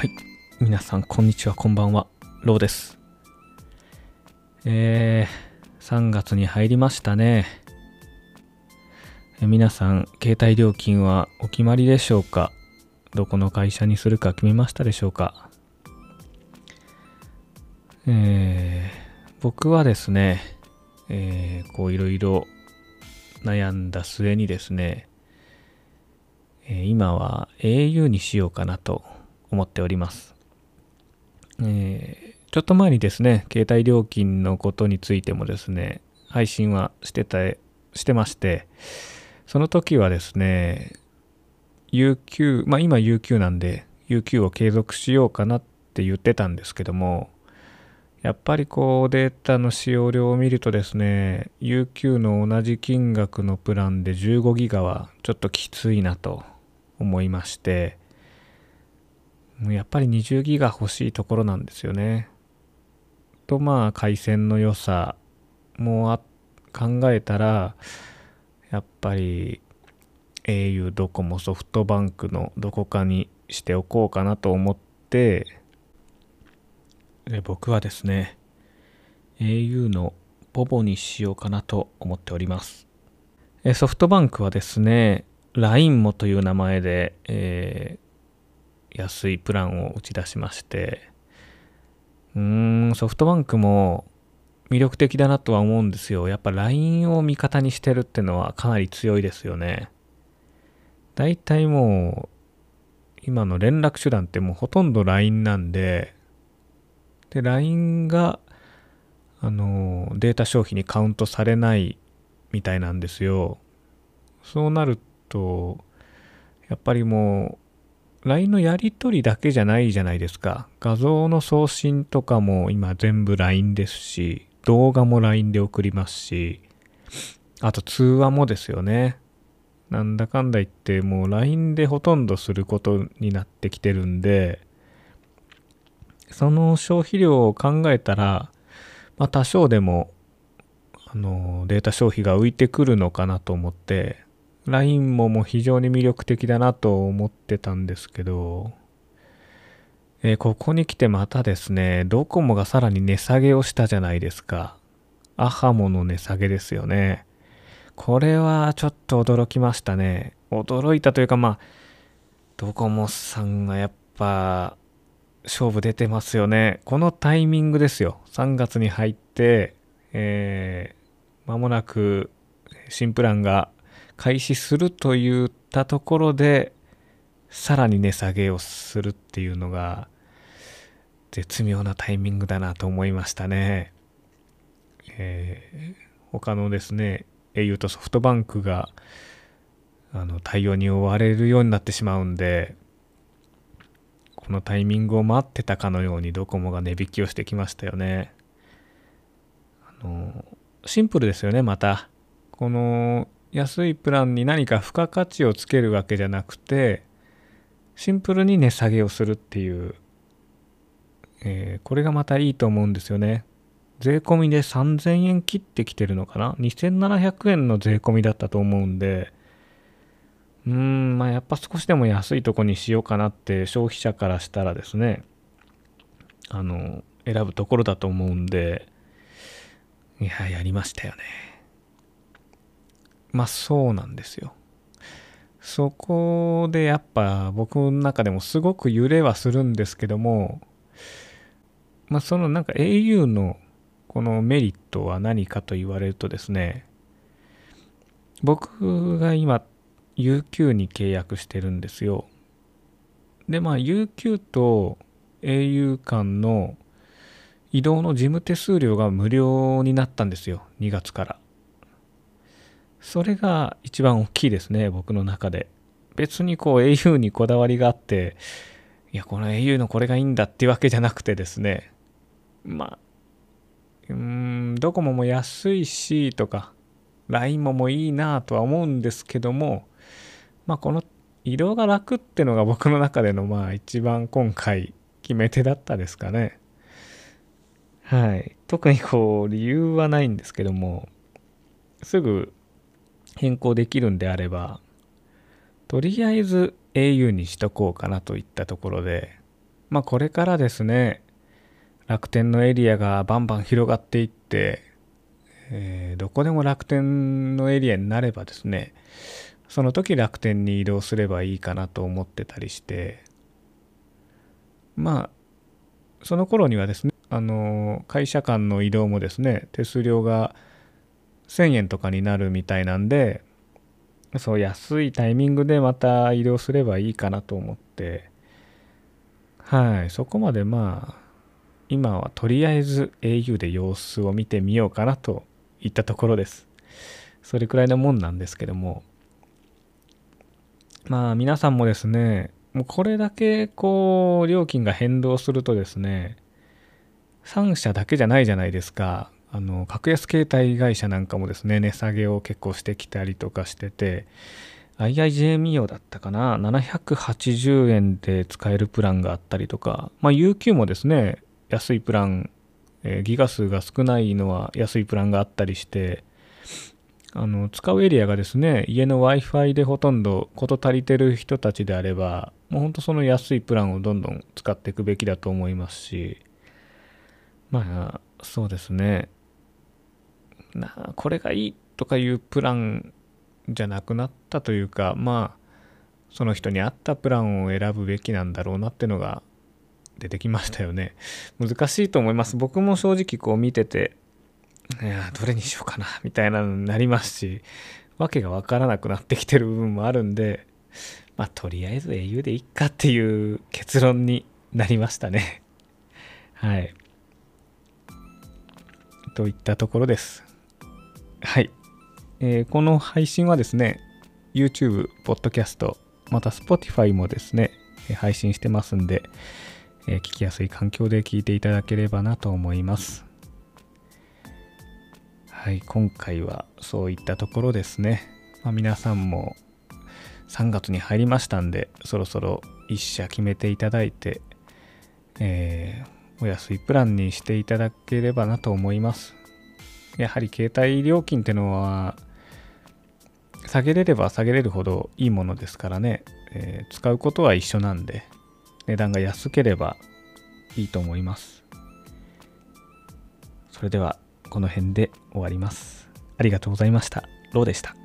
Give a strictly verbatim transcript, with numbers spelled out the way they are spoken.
はい。皆さん、こんにちは、こんばんは。ローです。えー、さんがつに入りましたね。え皆さん、携帯料金はお決まりでしょうか？どこの会社にするか決めましたでしょうか？えー、僕はですね、えー、こういろいろ悩んだ末にですね、えー今は エーユー にしようかなと思っております。えーちょっと前にですね、携帯料金のことについてもですね、配信はしてた、してまして、その時はですね、ユーキュー、まあ今 ユーキュー なんで、ユーキュー を継続しようかなって言ってたんですけども、やっぱりこうデータの使用量を見るとですね、ユーキュー の同じ金額のプランでじゅうごギガはちょっときついなと思いまして、やっぱりにじゅうギガ欲しいところなんですよね。とまあ回線の良さもあ考えたら、やっぱり au、ドコモ、ソフトバンクのどこかにしておこうかなと思って、で僕はですね、au のポボにしようかなと思っております。えソフトバンクはですね、ラインモという名前で、えー安いプランを打ち出しまして、うーん、ソフトバンクも魅力的だなとは思うんですよ。やっぱ ライン を味方にしてるってのはかなり強いですよね。だいたいもう今の連絡手段ってもうほとんど ライン なんで、で、ライン があのデータ消費にカウントされないみたいなんですよ。そうなると、やっぱりもう ライン のやり取りだけじゃないじゃないですか。画像の送信とかも今全部 ライン ですし、動画も ライン で送りますし、あと通話もですよね。なんだかんだ言ってもう ライン でほとんどすることになってきてるんで、その消費量を考えたら、まあ多少でもあのデータ消費が浮いてくるのかなと思って、ライン ももう非常に魅力的だなと思ってたんですけど、えーここに来てまたですね、ドコモがさらに値下げをしたじゃないですか。アハモの値下げですよね。これはちょっと驚きましたね。驚いたというか、まあ、ドコモさんがやっぱ勝負出てますよね。このタイミングですよ。さんがつに入って、えー、間もなく新プランが開始するといったところで、さらに値下げをするっていうのが絶妙なタイミングだなと思いましたね。えー他のですね、au とソフトバンクがあの対応に追われるようになってしまうんで、このタイミングを待ってたかのようにドコモが値引きをしてきましたよね。あのシンプルですよね。またこの安いプランに何か付加価値をつけるわけじゃなくて、シンプルに値下げをするっていう、えーこれがまたいいと思うんですよね。税込みでさんぜんえん切ってきてるのかな？ にせんななひゃく 円の税込みだったと思うんで、うーん、まあやっぱ少しでも安いとこにしようかなって消費者からしたらですね、あの、選ぶところだと思うんで、いや、やりましたよね。まあそうなんですよ。そこでやっぱ僕の中でもすごく揺れはするんですけども、まあそのなんか au のこのメリットは何かと言われるとですね、僕が今 ユーキュー に契約してるんですよ。でまあ ユーキュー と au 間の移動の事務手数料が無料になったんですよ、にがつから。それが一番大きいですね、僕の中で。別にこう au にこだわりがあって、いやこの au のこれがいいんだっていうわけじゃなくてですね、まあうーんドコモも安いしとか ライン ももいいなとは思うんですけども、まあこの移動が楽ってのが僕の中でのまあ一番今回決め手だったですかね。はい。特にこう理由はないんですけども、すぐ変更できるんであれば、とりあえず au にしとこうかなといったところで、 まあこれからですね、楽天のエリアがバンバン広がっていって、えーどこでも楽天のエリアになればですね、その時楽天に移動すればいいかなと思ってたりして、まあその頃にはですね、あの会社間の移動もですね、手数料がせんえんとかになるみたいなんで、そう安いタイミングでまた移動すればいいかなと思って、はい、そこまでまあ今はとりあえず エーユー で様子を見てみようかなといったところです。それくらいのもんなんですけども、まあ皆さんもですね、もうこれだけこう料金が変動するとですね、さん社だけじゃないじゃないですか。あの格安携帯会社なんかもですね、値下げを結構してきたりとかしてて、アイアイジェー ミオだったかな、ななひゃくはちじゅうえんで使えるプランがあったりとか、まあ ユーキュー もですね、安いプラン、えーギガ数が少ないのは安いプランがあったりして、あの使うエリアがですね、家の Wi-Fi でほとんど事足りてる人たちであれば、もうほんとその安いプランをどんどん使っていくべきだと思いますし、まあそうですね、なこれがいいとかいうプランじゃなくなったというか、まあその人に合ったプランを選ぶべきなんだろうなってのが出てきましたよね。難しいと思います。僕も正直こう見てて、いやどれにしようかなみたいなのになりますし、わけがわからなくなってきてる部分もあるんで、まあとりあえず エーユー でいっかっていう結論になりましたね。はい。といったところです。はい。えーこの配信はですね、YouTube、Podcast、また Spotify もですね、えー配信してますんで、えー聞きやすい環境で聞いていただければなと思います。はい、今回はそういったところですね。まあ、皆さんもさんがつに入りましたんで、そろそろ一社決めていただいて、えーお安いプランにしていただければなと思います。やはり携帯料金ってのは下げれれば下げれるほどいいものですからね、えー使うことは一緒なんで、値段が安ければいいと思います。それではこの辺で終わります。ありがとうございました。ローでした。